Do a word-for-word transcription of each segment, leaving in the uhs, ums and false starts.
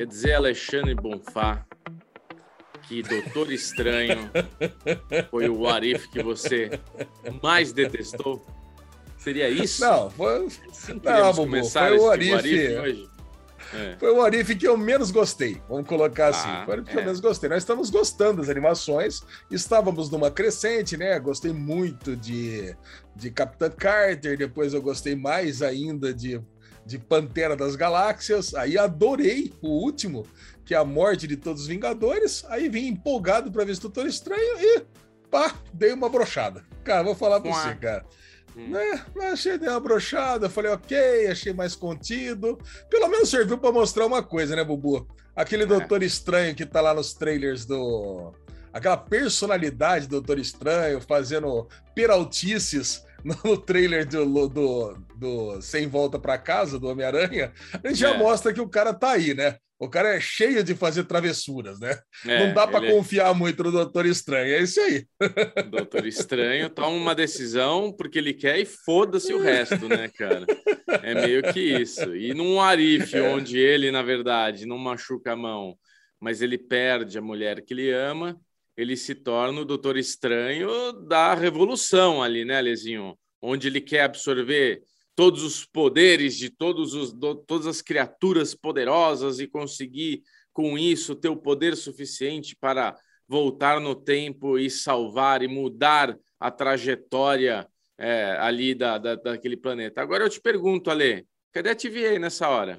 Quer dizer, Alexandre Bonfá, que Doutor Estranho foi o what if que você mais detestou? Seria isso? Não, foi, assim não, Bubu, foi o what if, what if hoje? É. Foi o what if que eu menos gostei, vamos colocar assim, Ah, foi o que é. eu menos gostei. Nós estamos gostando das animações, estávamos numa crescente, né? Gostei muito de, de Capitã Carter, depois eu gostei mais ainda de, de Pantera das Galáxias, aí adorei o último, que é a morte de todos os Vingadores, aí vim empolgado para ver esse Doutor Estranho e pá, dei uma brochada. Cara, vou falar para você, cara. Hum. Né? Achei dei uma brochada, falei, ok, achei mais contido. Pelo menos serviu para mostrar uma coisa, né, Bubu? Aquele é. Doutor Estranho que tá lá nos trailers do. Aquela personalidade do Doutor Estranho fazendo peraltices no trailer do, do, do Sem Volta para Casa, do Homem-Aranha, a gente já é. mostra que o cara tá aí, né? O cara é cheio de fazer travessuras, né? É, não dá para confiar é... muito no Doutor Estranho, é isso aí. O Doutor Estranho toma uma decisão porque ele quer e foda-se o resto, né, cara? É meio que isso. E num arife, é. onde ele, na verdade, não machuca a mão, mas ele perde a mulher que ele ama, ele se torna o Doutor Estranho da revolução ali, né, Lezinho? Onde ele quer absorver todos os poderes de todos os, do, todas as criaturas poderosas e conseguir, com isso, ter o poder suficiente para voltar no tempo e salvar e mudar a trajetória é, ali da, da, daquele planeta. Agora eu te pergunto, Ale, cadê a T V A nessa hora?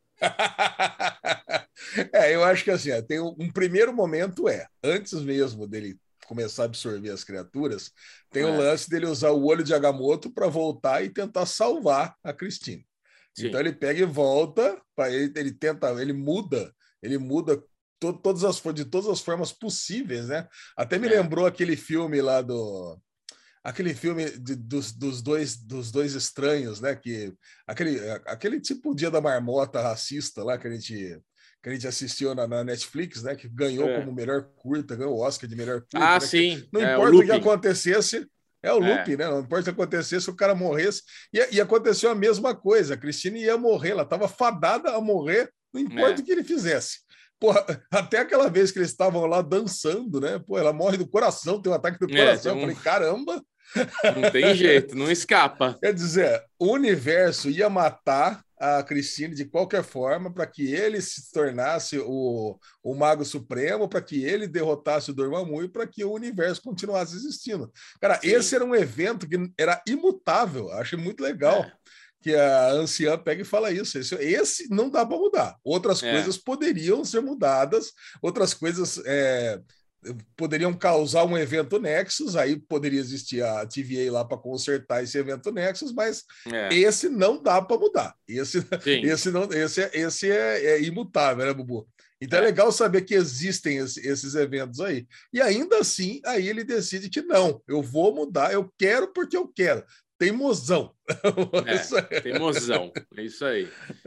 É, eu acho que assim, tem um, um primeiro momento é, antes mesmo dele começar a absorver as criaturas, tem é. o lance dele usar o olho de Agamotto para voltar e tentar salvar a Christine. Sim. Então ele pega e volta, para ele, ele tenta, ele muda, ele muda to, todas as, de todas as formas possíveis, né? Até me é. lembrou aquele filme lá do aquele filme de, dos, dos, dois, dos dois estranhos, né? Que, aquele, aquele tipo Dia da Marmota racista lá que a gente, que a gente assistiu na, na Netflix, né? Que ganhou é. como melhor curta, ganhou o Oscar de melhor curta. Ah, né? sim. Não é, importa o, o que acontecesse, é o loop, é. né? Não importa o que acontecesse, o cara morresse. E, e aconteceu a mesma coisa. A Christine ia morrer, ela estava fadada a morrer, não importa é. o que ele fizesse. Porra, até aquela vez que eles estavam lá dançando, né? Pô, ela morre do coração, tem um ataque do coração. É, um... Eu falei, caramba! Não tem jeito, não escapa. Quer dizer, o universo ia matar a Christine de qualquer forma para que ele se tornasse o, o Mago Supremo, para que ele derrotasse o Dormammu e para que o universo continuasse existindo. Cara, Sim. esse era um evento que era imutável. Acho muito legal. É. Que a anciã pega e fala isso. Esse, esse não dá para mudar. Outras é. coisas poderiam ser mudadas, outras coisas é, poderiam causar um evento Nexus, aí poderia existir a T V A lá para consertar esse evento Nexus, mas é. esse não dá para mudar. Esse, esse, não, esse, é, esse é, é imutável, né, Bubu? Então é. é legal saber que existem esse, esses eventos aí. E ainda assim, aí ele decide que não, eu vou mudar, eu quero porque eu quero. Teimosão. É, teimosão. É isso aí.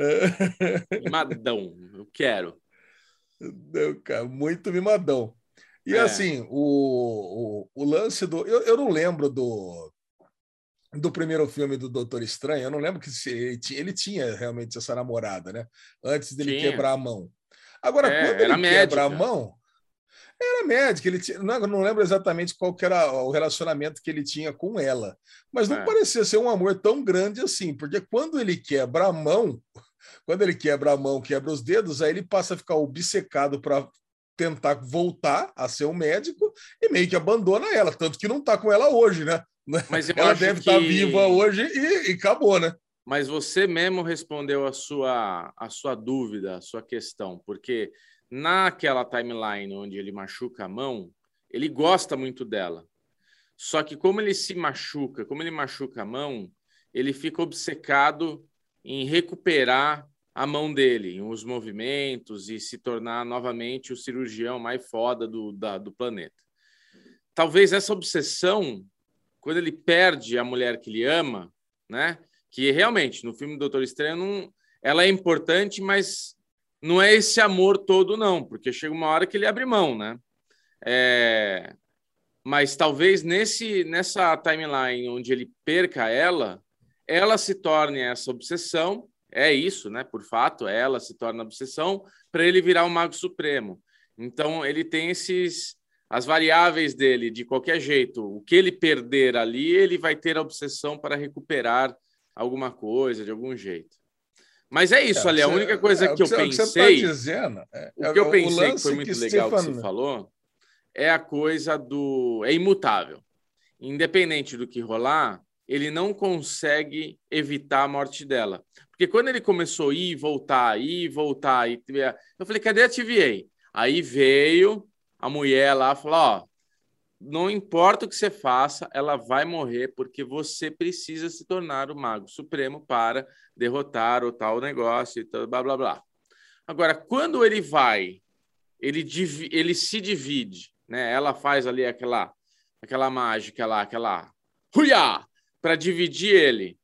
Mimadão. Eu quero. Não, cara, muito mimadão. E é. assim, o, o, o lance do... Eu, eu não lembro do, do primeiro filme do Doutor Estranho, eu não lembro que se, ele, tinha, ele tinha realmente essa namorada, né? Antes dele tinha. quebrar a mão. Agora, é, quando ele quebra a mão... Era médica, ele tinha, não, não lembro exatamente qual que era o relacionamento que ele tinha com ela, mas não é. parecia ser um amor tão grande assim, porque quando ele quebra a mão, quando ele quebra a mão, quebra os dedos, aí ele passa a ficar obcecado para tentar voltar a ser um médico e meio que abandona ela, tanto que não está com ela hoje, né? Mas ela deve estar que... tá viva hoje e, e acabou, né? Mas você mesmo respondeu a sua, a sua dúvida, a sua questão, porque naquela timeline onde ele machuca a mão, ele gosta muito dela. Só que como ele se machuca, como ele machuca a mão, ele fica obcecado em recuperar a mão dele, em os movimentos e se tornar novamente o cirurgião mais foda do, da, do planeta. Talvez essa obsessão, quando ele perde a mulher que ele ama, né? Que realmente, no filme do Doutor Estranho, não, ela é importante, mas não é esse amor todo, não, porque chega uma hora que ele abre mão, né? É... Mas talvez nesse, nessa timeline onde ele perca ela, ela se torne essa obsessão, é isso, né? Por fato, ela se torna obsessão para ele virar o Mago Supremo. Então, ele tem esses as variáveis dele de qualquer jeito. O que ele perder ali, ele vai ter a obsessão para recuperar alguma coisa de algum jeito. Mas é isso, É, ali. A você, única coisa é, que o que eu você, está pensei, dizendo é, o é, que eu o pensei que foi lance que muito legal que você Stefan. falou, é a coisa do. É imutável. Independente do que rolar, ele não consegue evitar a morte dela. Porque quando ele começou a ir, voltar, ir, voltar, ir, eu falei, cadê a T V A? Aí veio a mulher lá e falou: ó, não importa o que você faça, ela vai morrer porque você precisa se tornar o Mago Supremo para derrotar o tal negócio e tal, blá, blá, blá. Agora, quando ele vai, ele, div... ele se divide, né? Ela faz ali aquela, aquela mágica lá, aquela huiá, para dividir ele.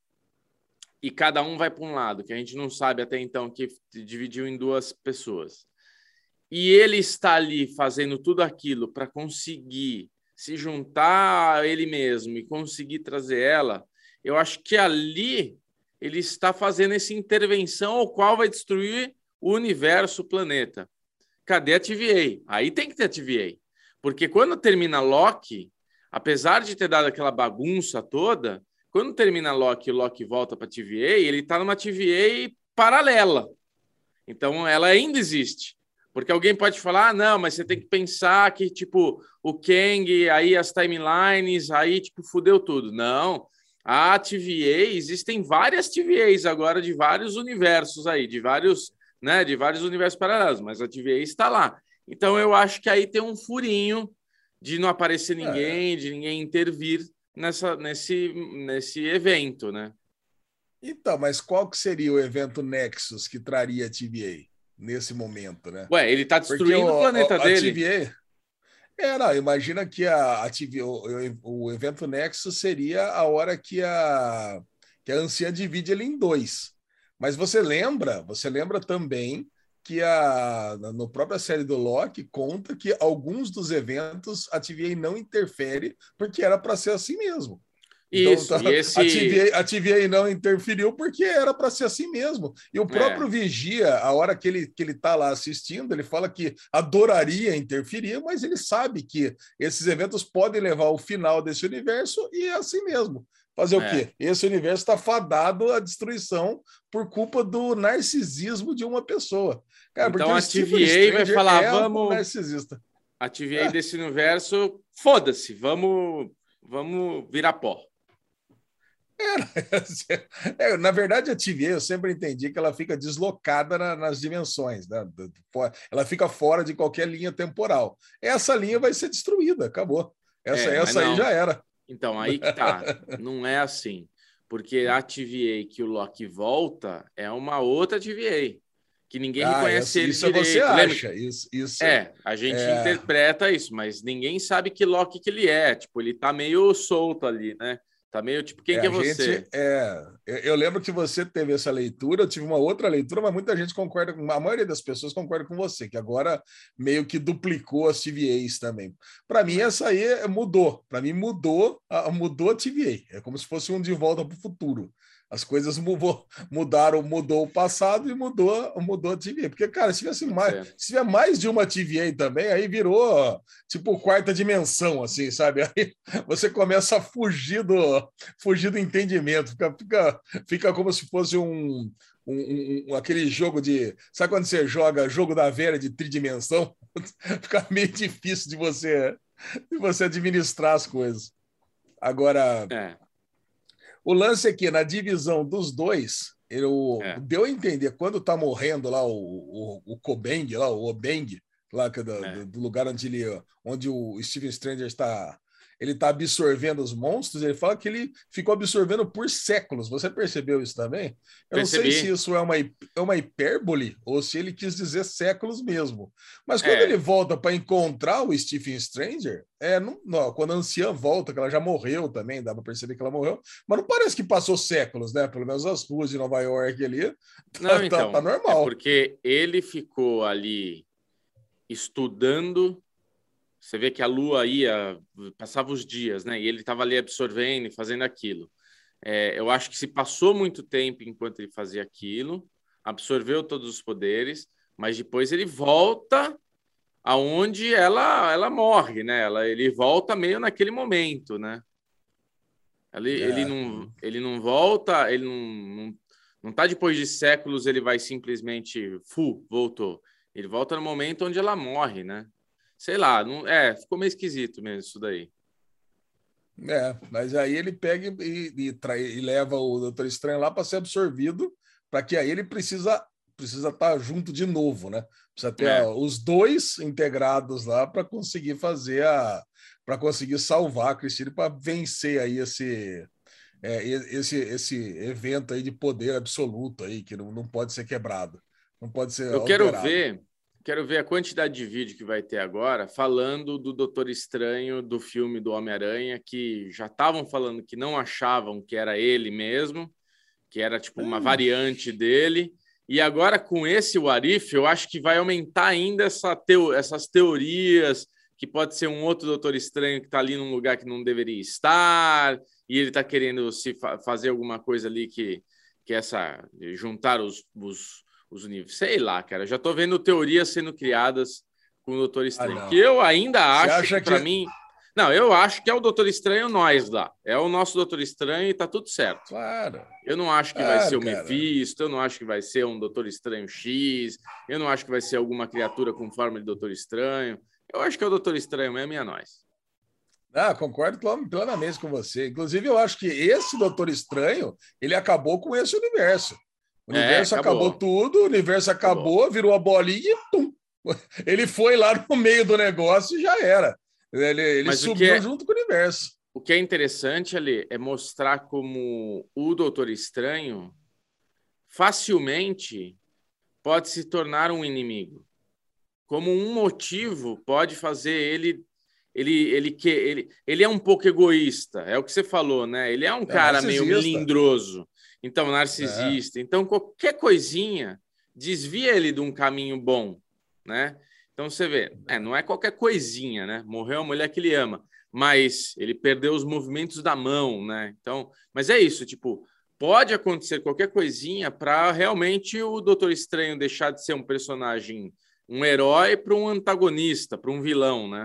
E cada um vai para um lado, que a gente não sabe até então que dividiu em duas pessoas. E ele está ali fazendo tudo aquilo para conseguir se juntar a ele mesmo e conseguir trazer ela. Eu acho que ali ele está fazendo essa intervenção ao qual vai destruir o universo, o planeta. Cadê a T V A? Aí tem que ter a T V A. Porque quando termina Loki, apesar de ter dado aquela bagunça toda, quando termina Loki e o Loki volta para a T V A, ele está numa T V A paralela. Então, ela ainda existe. Porque alguém pode falar, ah, não, mas você tem que pensar que, tipo, o Kang, aí as timelines, aí, tipo, fudeu tudo. Não, a T V A, existem várias T V As agora de vários universos aí, de vários, né, de vários universos paralelos, mas a T V A está lá. Então, eu acho que aí tem um furinho de não aparecer É, ninguém, de ninguém intervir nessa, nesse, nesse evento, né? então, mas qual que seria o evento Nexus que traria a T V A nesse momento, né? Ué, ele tá Porque destruindo o o, o- planeta a dele. T V A. É, não, imagina que a, a T V, o, o, o evento Nexus seria a hora que a, que a anciã divide ele em dois. Mas você lembra, você lembra também que a, no própria série do Loki conta que alguns dos eventos a T V A não interfere porque era para ser assim mesmo. Então, Isso, tá, e a esse. T V A, a T V A não interferiu porque era para ser assim mesmo. E o próprio É, Vigia, a hora que ele que ele está lá assistindo, ele fala que adoraria interferir, mas ele sabe que esses eventos podem levar ao final desse universo e é assim mesmo. Fazer o é. quê? Esse universo está fadado à destruição por culpa do narcisismo de uma pessoa. Cara, porque Então o a Stephen T V A vai Stranger falar: é um vamos. narcisista. A T V A É, desse universo, foda-se, vamos, vamos virar pó. É, na verdade, a T V A eu sempre entendi que ela fica deslocada na, nas dimensões, né? Ela fica fora de qualquer linha temporal. Essa linha vai ser destruída, acabou. Essa, É, mas essa aí não. já era. Então, aí que tá. Não é assim. Porque a T V A que o Loki volta é uma outra T V A, que ninguém Ah, reconhece essa, ele isso você direito. Lembra? acha? Isso, isso É, a gente é, interpreta isso, mas ninguém sabe que Loki que ele é. Tipo, ele tá meio solto ali, né? Tá meio tipo, quem é que é a gente você? é. Eu, eu lembro que você teve essa leitura, eu tive uma outra leitura, mas muita gente concorda com a maioria das pessoas concorda com você, que agora meio que duplicou as T V As também. Para mim, É, essa aí é- mudou. Para mim, mudou, a- mudou a T V A. É como se fosse um de volta para o futuro. As coisas mudou, mudaram, mudou o passado e mudou, mudou a T V A. Porque, cara, se tivesse pode mais, ser. se tiver mais de uma T V A também, aí virou tipo quarta dimensão, assim, sabe? Aí você começa a fugir do, fugir do entendimento, fica, fica, fica como se fosse um, um, um, aquele jogo de. Sabe quando você joga jogo da velha de tridimensão? Fica meio difícil de você, de você administrar as coisas. Agora, É, o lance é que na divisão dos dois, eu, é, deu a entender, quando tá morrendo lá o, o, o Kobeng, lá, o Obeng, lá que é do, é. do, do lugar onde, ele, onde o Stephen Stranger está, ele está absorvendo os monstros, ele fala que ele ficou absorvendo por séculos. Você percebeu isso também? Eu não sei se Percebi. isso é uma, é uma hipérbole ou se ele quis dizer séculos mesmo. Mas quando ele É, volta para encontrar o Stephen Stranger, é, não, não, quando a anciã volta, que ela já morreu também, dá para perceber que ela morreu, mas não parece que passou séculos, né? Pelo menos as ruas de Nova York ali, tá, não, tá, tá então, é normal. porque ele ficou ali estudando. Você vê que a Lua ia, passava os dias, né? E ele estava ali absorvendo e fazendo aquilo. É, eu acho que se passou muito tempo enquanto ele fazia aquilo, absorveu todos os poderes, mas depois ele volta aonde ela, ela morre, né? Ela, ele volta meio naquele momento, né? Ele, ele, É. não, ele não volta, ele não, não, não tá depois de séculos, ele vai simplesmente, fu, voltou. Ele volta no momento onde ela morre, né? Sei lá, não, é, ficou meio esquisito mesmo isso daí. É, mas aí ele pega e, e, trai, e leva o Doutor Estranho lá para ser absorvido, para que aí ele precisa precisa estar junto de novo, né? Precisa ter É. a, os dois integrados lá para conseguir fazer a para conseguir salvar a Christine, para vencer aí esse é, esse esse evento aí de poder absoluto aí que não, não pode ser quebrado, não pode ser Eu quero alterado. ver, quero ver a quantidade de vídeo que vai ter agora falando do Doutor Estranho do filme do Homem-Aranha, que já estavam falando que não achavam que era ele mesmo, que era tipo uma variante dele. E agora, com esse What If, eu acho que vai aumentar ainda essa teo essas teorias, que pode ser um outro Doutor Estranho que está ali num lugar que não deveria estar, e ele está querendo se fa fazer alguma coisa ali que, que essa juntar os, os, os universos. Sei lá, cara. Já estou vendo teorias sendo criadas com o Doutor Estranho. Ah, que eu ainda acho que, para que... mim... Não, eu acho que é o Doutor Estranho nós lá. É o nosso Doutor Estranho e tá tudo certo. Claro. Eu não acho que claro, vai ser o cara. Mephisto, eu não acho que vai ser um Doutor Estranho X, eu não acho que vai ser alguma criatura com forma de Doutor Estranho. Eu acho que é o Doutor Estranho mesmo e é nós. Ah, concordo plenamente com você. Inclusive, eu acho que esse Doutor Estranho, ele acabou com esse universo. O universo é, acabou. acabou tudo, o universo acabou, acabou, virou a bolinha e pum. Ele foi lá no meio do negócio e já era. Ele, ele subiu é, junto com o universo. O que é interessante ali é mostrar como o Doutor Estranho facilmente pode se tornar um inimigo. Como um motivo pode fazer ele... Ele, ele, ele, ele é um pouco egoísta, é o que você falou, né? Ele é um é cara narcisista. Meio melindroso, então narcisista. É. Então, qualquer coisinha desvia ele de um caminho bom, né? Então, você vê, é, não é qualquer coisinha, né? Morreu a mulher que ele ama, mas ele perdeu os movimentos da mão, né? Então, mas é isso, tipo, pode acontecer qualquer coisinha para realmente o Doutor Estranho deixar de ser um personagem, um herói para um antagonista, para um vilão, né?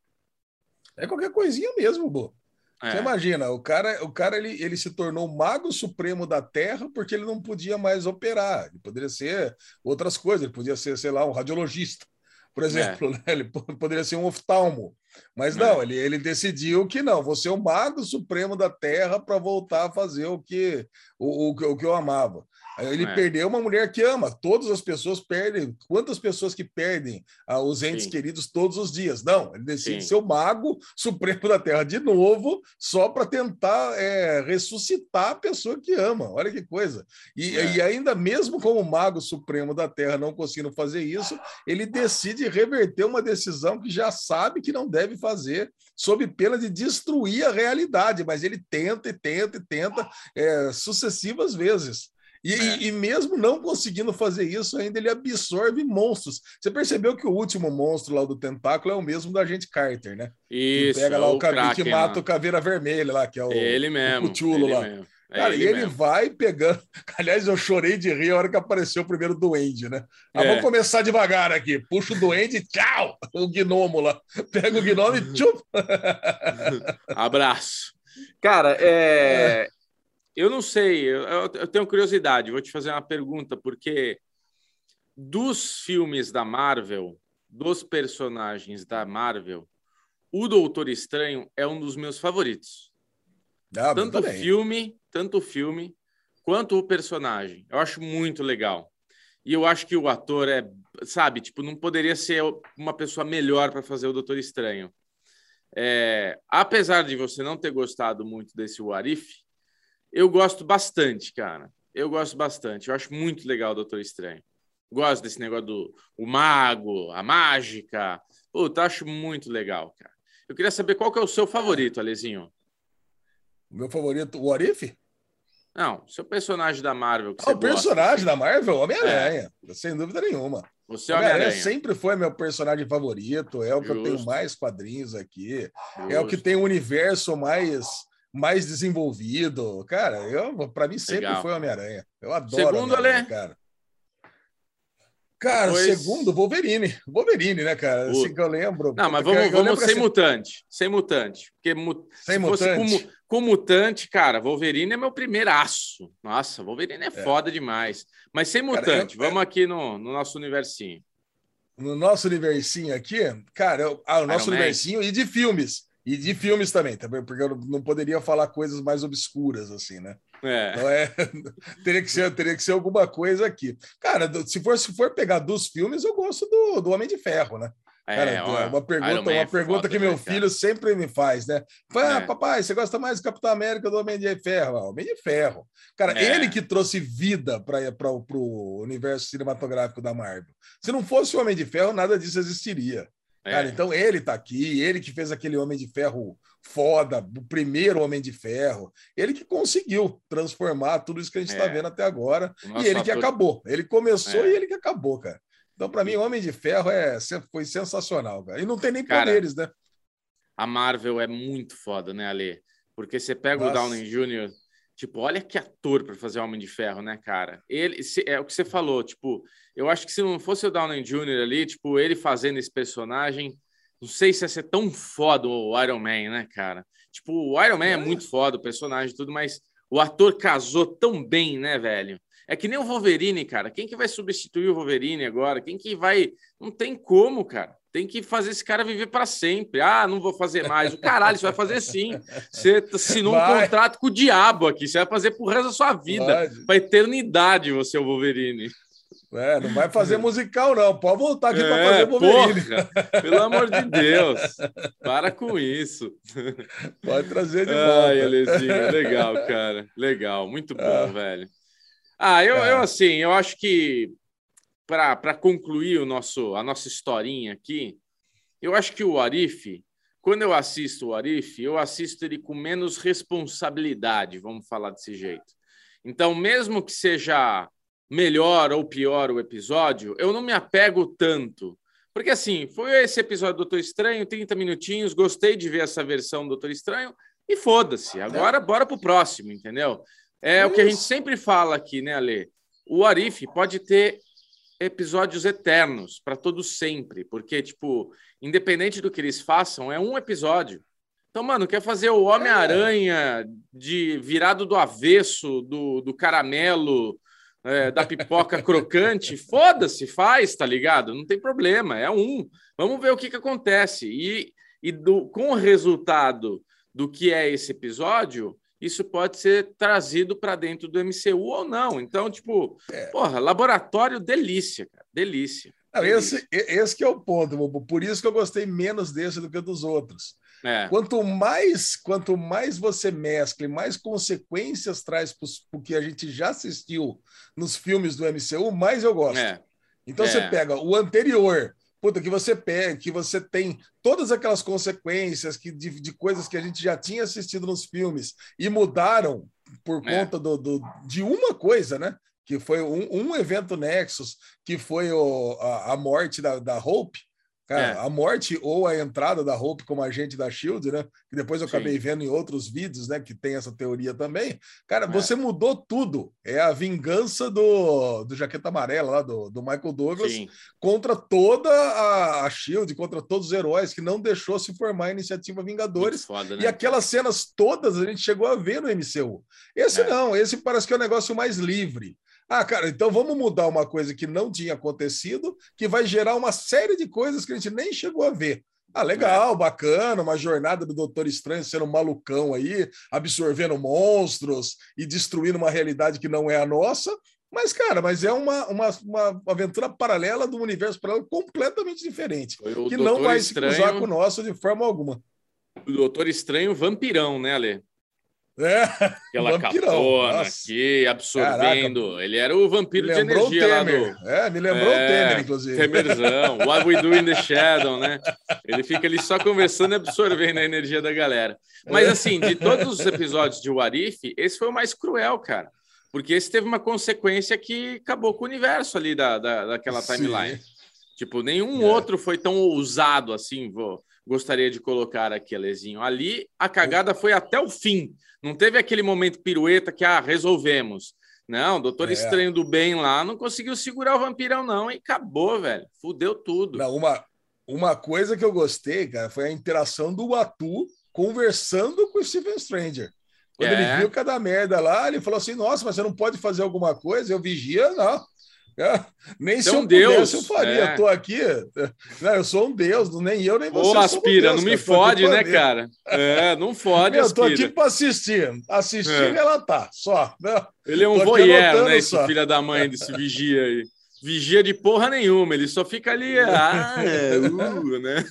É qualquer coisinha mesmo, Bo. É. Você imagina, o cara, o cara ele, ele se tornou o mago supremo da Terra porque ele não podia mais operar. Ele poderia ser outras coisas, ele podia ser, sei lá, um radiologista, por exemplo. É. Né? Ele poderia ser um oftalmo. Mas não, é. ele, ele decidiu que não, vou ser o mago supremo da Terra para voltar a fazer o que, o, o, o que eu amava. Ele é. perdeu uma mulher que ama. Todas as pessoas perdem. Quantas pessoas que perdem ah, os entes Sim. queridos todos os dias? Não, ele decide Sim. ser o mago supremo da Terra de novo, só para tentar é, ressuscitar a pessoa que ama. Olha que coisa. E, é. e ainda mesmo como mago supremo da Terra não conseguindo fazer isso, ele decide reverter uma decisão que já sabe que não deve fazer, sob pena de destruir a realidade. Mas ele tenta e tenta e tenta é, sucessivas vezes. E, é. e, e mesmo não conseguindo fazer isso, ainda ele absorve monstros. Você percebeu que o último monstro lá do tentáculo é o mesmo do Agente Carter, né? Isso, que pega lá o, o Kraken, que mata lá. o Caveira Vermelha lá, que é o, ele mesmo, o Cthulhu lá. Mesmo. É Cara, ele e ele mesmo. vai pegando. Aliás, eu chorei de rir a hora que apareceu o primeiro duende, né? Ah, é. Vamos começar devagar aqui. Puxa o duende, tchau! O gnomo lá. Pega o gnomo e tchum! Abraço. Cara, é... é. Eu não sei, eu, eu tenho curiosidade, vou te fazer uma pergunta, porque dos filmes da Marvel, dos personagens da Marvel, o Doutor Estranho é um dos meus favoritos. Ah, tanto o filme, tanto o filme, quanto o personagem. Eu acho muito legal. E eu acho que o ator é, sabe, tipo, não poderia ser uma pessoa melhor para fazer o Doutor Estranho. É, apesar de você não ter gostado muito desse What If, eu gosto bastante, cara. Eu gosto bastante. Eu acho muito legal o Doutor Estranho. Gosto desse negócio do o mago, a mágica. Puta, acho muito legal, cara. Eu queria saber qual que é o seu favorito, Alezinho. O meu favorito, o What If? Não, seu personagem da Marvel que ah, você o personagem gosta, da Marvel? Homem-Aranha. É. Sem dúvida nenhuma. Você Homem-Aranha Homem sempre foi meu personagem favorito. É o que Justo. eu tenho mais quadrinhos aqui. Justo. É o que tem o universo mais... mais desenvolvido. Cara, eu, para mim sempre Legal. foi Homem-Aranha. Eu adoro Segundo, Homem-Aranha, Ale? cara. Cara, Depois... segundo, Wolverine. Wolverine, né, cara? O... Assim que eu lembro. Não, mas Porque vamos, eu vamos lembro sem assim, mutante. Sem mutante. Porque mu... sem se fosse mutante. com, com mutante, cara, Wolverine é meu primeiraço. Nossa, Wolverine é, É. foda demais. Mas sem Cara, mutante. eu- Vamos aqui no, no nosso universinho. No nosso universinho aqui, cara, eu- ah, o Iron nosso Man. universinho e de filmes. E de filmes também, também, porque eu não- não poderia falar coisas mais obscuras, assim, né? É. Então é, teria que ser, teria que ser alguma coisa aqui. Cara, do- se for, se for pegar dos filmes, eu gosto do, do Homem de Ferro, né? Cara, É, ó, uma Iron pergunta, Man uma é pergunta foda, que né, meu cara? filho sempre me faz, né? Fala, ah, É. papai, você gosta mais do Capitão América ou do Homem de Ferro? Ah, Homem de Ferro. Cara, É. ele que trouxe vida para o universo cinematográfico da Marvel. Se não fosse o Homem de Ferro, nada disso existiria. Cara, É. então ele tá aqui, ele que fez aquele Homem de Ferro foda, o primeiro Homem de Ferro, ele que conseguiu transformar tudo isso que a gente está É. vendo até agora, O e nosso ele que ator- acabou. Ele começou É. e ele que acabou, cara. Então, para mim, Homem de Ferro é, foi sensacional, cara. E não tem nem Cara, poderes, né? A Marvel é muito foda, né, Ale? Porque você pega Nossa. o Downey júnior, tipo, olha que ator para fazer Homem de Ferro, né, cara? Ele se- é o que você falou, tipo, eu acho que se não fosse o Downey júnior ali, tipo, ele fazendo esse personagem, não sei se ia ser tão foda o Iron Man, né, cara? Tipo, o Iron Man é, É. muito foda, o personagem e tudo, mas o ator casou tão bem, né, velho? É que nem o Wolverine, cara. Quem que vai substituir o Wolverine agora? Quem que vai... Não tem como, cara. Tem que fazer esse cara viver para sempre. Ah, não vou fazer mais. O caralho, você vai fazer sim. Você assinou um Vai. contrato com o diabo aqui. Você vai fazer pro resto da sua vida. Pode. Pra eternidade você é o Wolverine. É, não vai fazer musical, não. Pode voltar aqui para É, fazer o Wolverine. porra! Pelo amor de Deus. Para com isso. Pode trazer de Ai, volta. Alezinho. Legal, cara. Legal. Muito bom, Ah. velho. Ah, eu, É. eu assim, eu acho que para concluir o nosso, a nossa historinha aqui, eu acho que o Arif, quando eu assisto o Arif, eu assisto ele com menos responsabilidade, vamos falar desse jeito. Então, mesmo que seja melhor ou pior o episódio, eu não me apego tanto. Porque, assim, foi esse episódio do Doutor Estranho, trinta minutinhos, gostei de ver essa versão do Doutor Estranho, e foda-se. Agora, bora pro próximo, entendeu? É o que a gente sempre fala aqui, né, Ale? O Arif pode ter episódios eternos para todos sempre, porque, tipo, independente do que eles façam, é um episódio. Então, mano, quer fazer o Homem-Aranha de virado do avesso, do, do caramelo, é, da pipoca crocante? Foda-se, faz, tá ligado? Não tem problema, é um. Vamos ver o que, que acontece. E, e do, com o resultado do que é esse episódio, isso pode ser trazido para dentro do M C U ou não. Então, tipo, É. porra, laboratório, delícia, cara. Delícia. Não, delícia. esse, esse que é o ponto, Bobo. Por isso que eu gostei menos desse do que dos outros. É. Quanto mais, quanto mais você mescla e mais consequências traz para o que a gente já assistiu nos filmes do M C U, mais eu gosto. É. Então É. você pega o anterior, puta, que você pega, que você tem todas aquelas consequências que, de, de coisas que a gente já tinha assistido nos filmes e mudaram por É. conta do, do, de uma coisa, né? Que foi um, um evento Nexus, que foi o, a, a morte da, da Hope. Cara, É. a morte ou a entrada da Hope como agente da Shield, né? Que depois eu Sim. acabei vendo em outros vídeos, né? Que tem essa teoria também. Cara, É. você mudou tudo. É a vingança do, do Jaqueta Amarela, lá do, do Michael Douglas, Sim. contra toda a, a Shield, contra todos os heróis, que não deixou se formar a Iniciativa Vingadores. Muito foda, né? E aquelas cenas todas a gente chegou a ver no M C U. Esse É. não, esse parece que é o negócio mais livre. Ah, cara, então vamos mudar uma coisa que não tinha acontecido, que vai gerar uma série de coisas que a gente nem chegou a ver. Ah, legal, é. bacana, uma jornada do Doutor Estranho sendo um malucão aí, absorvendo monstros e destruindo uma realidade que não é a nossa. Mas, cara, mas é uma, uma, uma aventura paralela do universo paralelo completamente diferente, que Doutor não vai Estranho... se cruzar com o nosso de forma alguma. O Doutor Estranho vampirão, né, Ale? É, aquela capona aqui, absorvendo. Caraca. Ele era o vampiro de energia lá do... É, me lembrou é, o Temer, inclusive. Temerzão, What We Do in the Shadow, né? Ele fica ali só conversando e absorvendo a energia da galera. Mas, assim, de todos os episódios de What If, esse foi o mais cruel, cara. Porque esse teve uma consequência que acabou com o universo ali da, da, daquela timeline. Sim. Tipo, nenhum é. outro foi tão ousado assim, vou... gostaria de colocar aqui, Alezinho. Ali, a cagada foi até o fim. Não teve aquele momento pirueta que, ah, resolvemos. Não, o Doutor é. Estranho do Bem lá não conseguiu segurar o vampirão, não, e acabou, velho. Fudeu tudo. Não, uma, uma coisa que eu gostei, cara, foi a interação do Atu conversando com o Stephen Stranger. Quando é. ele viu cada merda lá, ele falou assim, nossa, mas você não pode fazer alguma coisa? Eu vigia, não. É, nem é se um eu Deus. pudesse, eu faria. É. Eu tô aqui, não, eu sou um Deus, nem eu, nem você. Ô, Aspira, Deus, não me fode, né, ver. cara? É, não fode, Meu, eu tô Aspira. aqui pra assistir. Assistir, é. ela tá, só. Não. Ele é um voyeur, né, esse filho da mãe desse vigia aí. Vigia de porra nenhuma, ele só fica ali, ah, uh, né?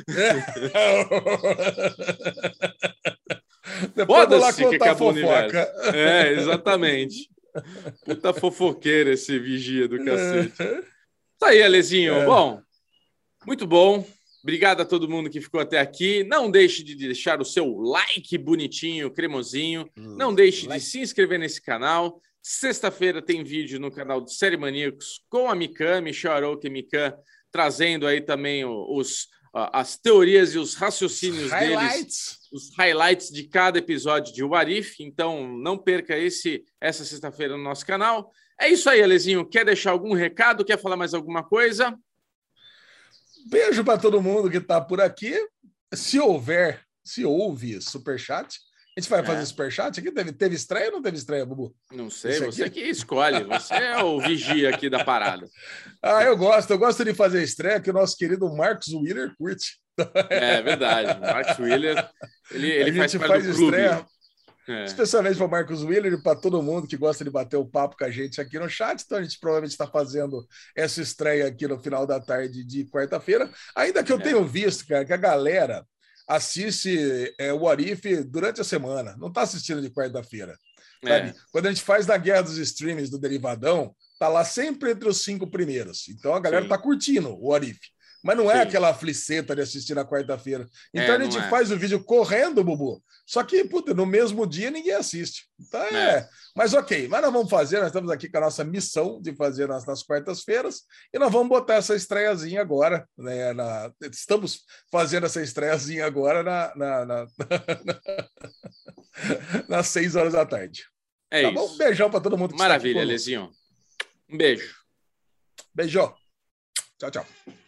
Depois vou lá contar a fofoca. É, exatamente. Puta fofoqueira esse vigia do cacete. Tá aí, Alezinho. É. Bom, muito bom. Obrigado a todo mundo que ficou até aqui. Não deixe de deixar o seu like bonitinho, cremosinho. Não deixe like. de se inscrever nesse canal. Sexta-feira tem vídeo no canal do Série Maníacos com a Mikan, Michel Arouca e Mikan, trazendo aí também os, as teorias e os raciocínios os deles, os highlights de cada episódio de What If. Então não perca esse, essa sexta-feira no nosso canal. É isso aí, Alezinho. Quer deixar algum recado? Quer falar mais alguma coisa? Beijo para todo mundo que está por aqui. Se houver, se houve superchat, a gente vai é. fazer superchat aqui? Teve, teve estreia ou não teve estreia, Bubu? Não sei, você que escolhe. Você é o vigia aqui da parada. Ah, eu gosto. Eu gosto de fazer estreia que o nosso querido Marcos Wheeler curte. É verdade. Marcos Wheeler, ele, ele a faz gente parte faz do clube. Estreia, é. especialmente para o Marcos Wheeler e para todo mundo que gosta de bater o papo com a gente aqui no chat. Então a gente provavelmente está fazendo essa estreia aqui no final da tarde de quarta-feira. Ainda que eu é. tenha visto, cara, que a galera assiste é, o What If durante a semana, não está assistindo de quarta-feira. É. Quando a gente faz na Guerra dos Streams do Derivadão, tá lá sempre entre os cinco primeiros. Então a galera Sim. tá curtindo o What If. Mas não é Sim. aquela afliceta de assistir na quarta-feira. Então é, a gente é. faz o vídeo correndo, Bubu. Só que, puta, no mesmo dia ninguém assiste. Então é. é. Mas ok, mas nós vamos fazer, nós estamos aqui com a nossa missão de fazer nas, nas quartas-feiras e nós vamos botar essa estreiazinha agora. Né, na, estamos fazendo essa estreiazinha agora na, na, na, na, nas seis horas da tarde. É tá isso. Bom? Um beijão para todo mundo que Maravilha, Lezinho. Um beijo. Beijo. Tchau, tchau.